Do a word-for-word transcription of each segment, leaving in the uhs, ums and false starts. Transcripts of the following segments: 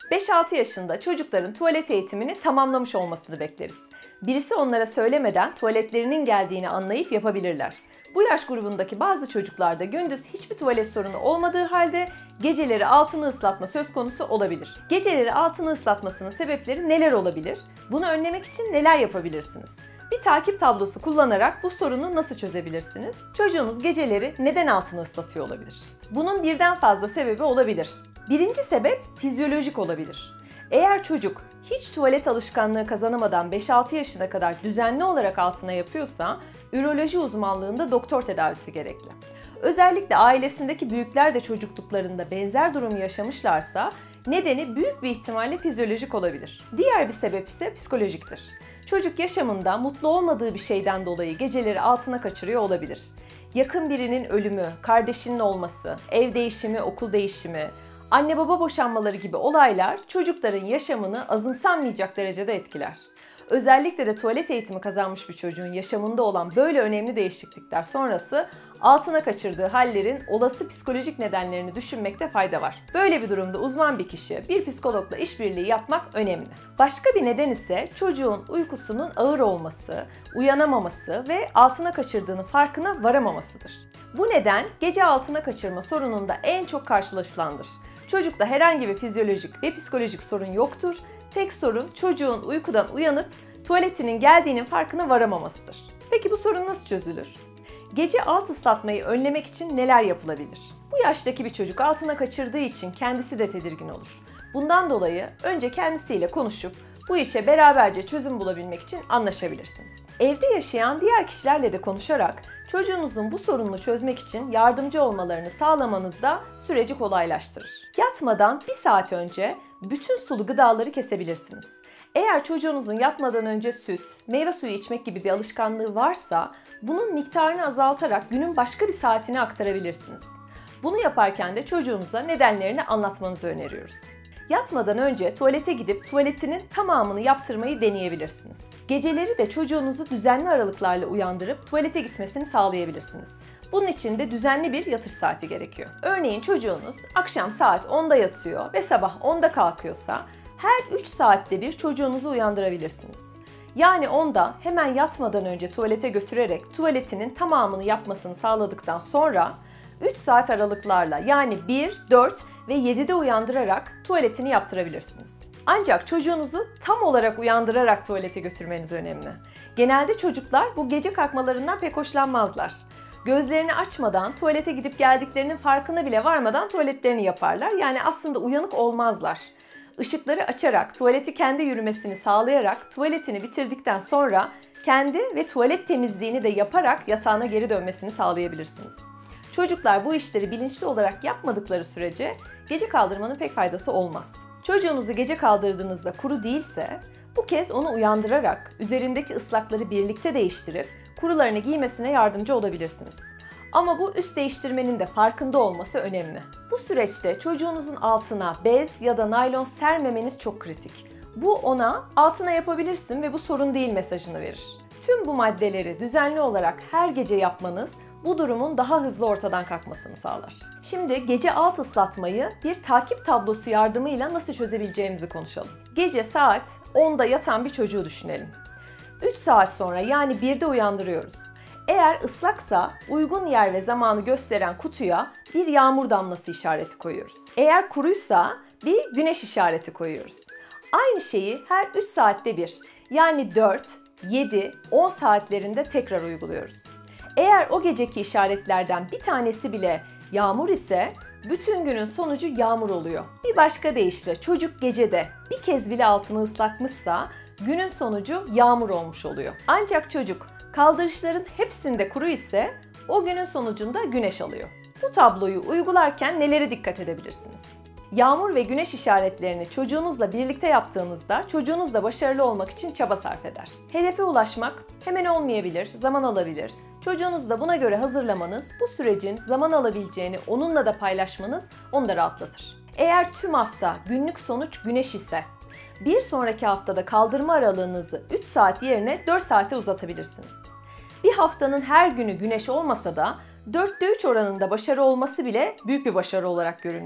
beş altı yaşında çocukların tuvalet eğitimini tamamlamış olmasını bekleriz. Birisi onlara söylemeden tuvaletlerinin geldiğini anlayıp yapabilirler. Bu yaş grubundaki bazı çocuklarda gündüz hiçbir tuvalet sorunu olmadığı halde geceleri altını ıslatma söz konusu olabilir. Geceleri altını ıslatmasının sebepleri neler olabilir? Bunu önlemek için neler yapabilirsiniz? Bir takip tablosu kullanarak bu sorunu nasıl çözebilirsiniz? Çocuğunuz geceleri neden altını ıslatıyor olabilir? Bunun birden fazla sebebi olabilir. Birinci sebep fizyolojik olabilir. Eğer çocuk hiç tuvalet alışkanlığı kazanamadan beş altı yaşına kadar düzenli olarak altına yapıyorsa, üroloji uzmanlığında doktor tedavisi gerekli. Özellikle ailesindeki büyükler de çocukluklarında benzer durumu yaşamışlarsa, nedeni büyük bir ihtimalle fizyolojik olabilir. Diğer bir sebep ise psikolojiktir. Çocuk yaşamında mutlu olmadığı bir şeyden dolayı geceleri altına kaçırıyor olabilir. Yakın birinin ölümü, kardeşinin olması, ev değişimi, okul değişimi, anne baba boşanmaları gibi olaylar çocukların yaşamını azımsanmayacak derecede etkiler. Özellikle de tuvalet eğitimi kazanmış bir çocuğun yaşamında olan böyle önemli değişiklikler sonrası altına kaçırdığı hallerin olası psikolojik nedenlerini düşünmekte fayda var. Böyle bir durumda uzman bir kişi, bir psikologla işbirliği yapmak önemli. Başka bir neden ise çocuğun uykusunun ağır olması, uyanamaması ve altına kaçırdığının farkına varamamasıdır. Bu neden gece altına kaçırma sorununda en çok karşılaşılandır. Çocukta herhangi bir fizyolojik ve psikolojik sorun yoktur. Tek sorun çocuğun uykudan uyanıp tuvaletinin geldiğinin farkına varamamasıdır. Peki bu sorun nasıl çözülür? Gece alt ıslatmayı önlemek için neler yapılabilir? Bu yaştaki bir çocuk altına kaçırdığı için kendisi de tedirgin olur. Bundan dolayı önce kendisiyle konuşup bu işe beraberce çözüm bulabilmek için anlaşabilirsiniz. Evde yaşayan diğer kişilerle de konuşarak çocuğunuzun bu sorununu çözmek için yardımcı olmalarını sağlamanız da süreci kolaylaştırır. Yatmadan bir saat önce bütün sulu gıdaları kesebilirsiniz. Eğer çocuğunuzun yatmadan önce süt, meyve suyu içmek gibi bir alışkanlığı varsa bunun miktarını azaltarak günün başka bir saatine aktarabilirsiniz. Bunu yaparken de çocuğunuza nedenlerini anlatmanızı öneriyoruz. Yatmadan önce tuvalete gidip tuvaletinin tamamını yaptırmayı deneyebilirsiniz. Geceleri de çocuğunuzu düzenli aralıklarla uyandırıp tuvalete gitmesini sağlayabilirsiniz. Bunun için de düzenli bir yatış saati gerekiyor. Örneğin çocuğunuz akşam saat onda yatıyor ve sabah onda kalkıyorsa her üç saatte bir çocuğunuzu uyandırabilirsiniz. Yani onda hemen yatmadan önce tuvalete götürerek tuvaletinin tamamını yapmasını sağladıktan sonra üç saat aralıklarla yani bir, dört ve yedide uyandırarak tuvaletini yaptırabilirsiniz. Ancak çocuğunuzu tam olarak uyandırarak tuvalete götürmeniz önemli. Genelde çocuklar bu gece kalkmalarından pek hoşlanmazlar. Gözlerini açmadan, tuvalete gidip geldiklerinin farkına bile varmadan tuvaletlerini yaparlar. Yani aslında uyanık olmazlar. Işıkları açarak, tuvaleti kendi yürümesini sağlayarak, tuvaletini bitirdikten sonra kendi ve tuvalet temizliğini de yaparak yatağına geri dönmesini sağlayabilirsiniz. Çocuklar bu işleri bilinçli olarak yapmadıkları sürece gece kaldırmanın pek faydası olmaz. Çocuğunuzu gece kaldırdığınızda kuru değilse, bu kez onu uyandırarak üzerindeki ıslakları birlikte değiştirip kurularını giymesine yardımcı olabilirsiniz. Ama bu üst değiştirmenin de farkında olması önemli. Bu süreçte çocuğunuzun altına bez ya da naylon sermemeniz çok kritik. Bu ona altına yapabilirsin ve bu sorun değil mesajını verir. Tüm bu maddeleri düzenli olarak her gece yapmanız bu durumun daha hızlı ortadan kalkmasını sağlar. Şimdi gece alt ıslatmayı bir takip tablosu yardımıyla nasıl çözebileceğimizi konuşalım. Gece saat onda yatan bir çocuğu düşünelim. üç saat sonra yani birde uyandırıyoruz. Eğer ıslaksa uygun yer ve zamanı gösteren kutuya bir yağmur damlası işareti koyuyoruz. Eğer kuruysa bir güneş işareti koyuyoruz. Aynı şeyi her üç saatte bir yani dört, yedi, on saatlerinde tekrar uyguluyoruz. Eğer o geceki işaretlerden bir tanesi bile yağmur ise bütün günün sonucu yağmur oluyor. Bir başka deyişle çocuk gecede bir kez bile altını ıslatmışsa günün sonucu yağmur olmuş oluyor. Ancak çocuk kaldırışların hepsinde kuru ise o günün sonucunda güneş alıyor. Bu tabloyu uygularken nelere dikkat edebilirsiniz? Yağmur ve güneş işaretlerini çocuğunuzla birlikte yaptığınızda çocuğunuz da başarılı olmak için çaba sarf eder. Hedefe ulaşmak hemen olmayabilir, zaman alabilir. Çocuğunuzu da buna göre hazırlamanız, bu sürecin zaman alabileceğini onunla da paylaşmanız onu da rahatlatır. Eğer tüm hafta günlük sonuç güneş ise, bir sonraki haftada kaldırma aralığınızı üç saat yerine dört saate uzatabilirsiniz. Bir haftanın her günü güneş olmasa da dörtte üç oranında başarı olması bile büyük bir başarı olarak görülmeli.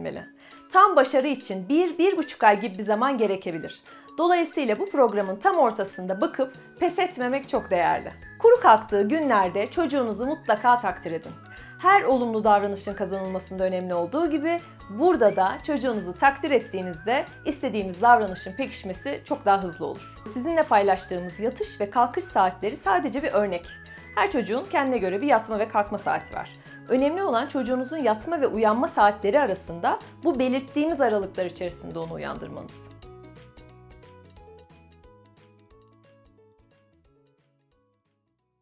Tam başarı için bir bir buçuk ay gibi bir zaman gerekebilir. Dolayısıyla bu programın tam ortasında bakıp pes etmemek çok değerli. Kuru kalktığı günlerde çocuğunuzu mutlaka takdir edin. Her olumlu davranışın kazanılmasında önemli olduğu gibi burada da çocuğunuzu takdir ettiğinizde istediğimiz davranışın pekişmesi çok daha hızlı olur. Sizinle paylaştığımız yatış ve kalkış saatleri sadece bir örnek. Her çocuğun kendine göre bir yatma ve kalkma saati var. Önemli olan çocuğunuzun yatma ve uyanma saatleri arasında bu belirttiğimiz aralıklar içerisinde onu uyandırmanız.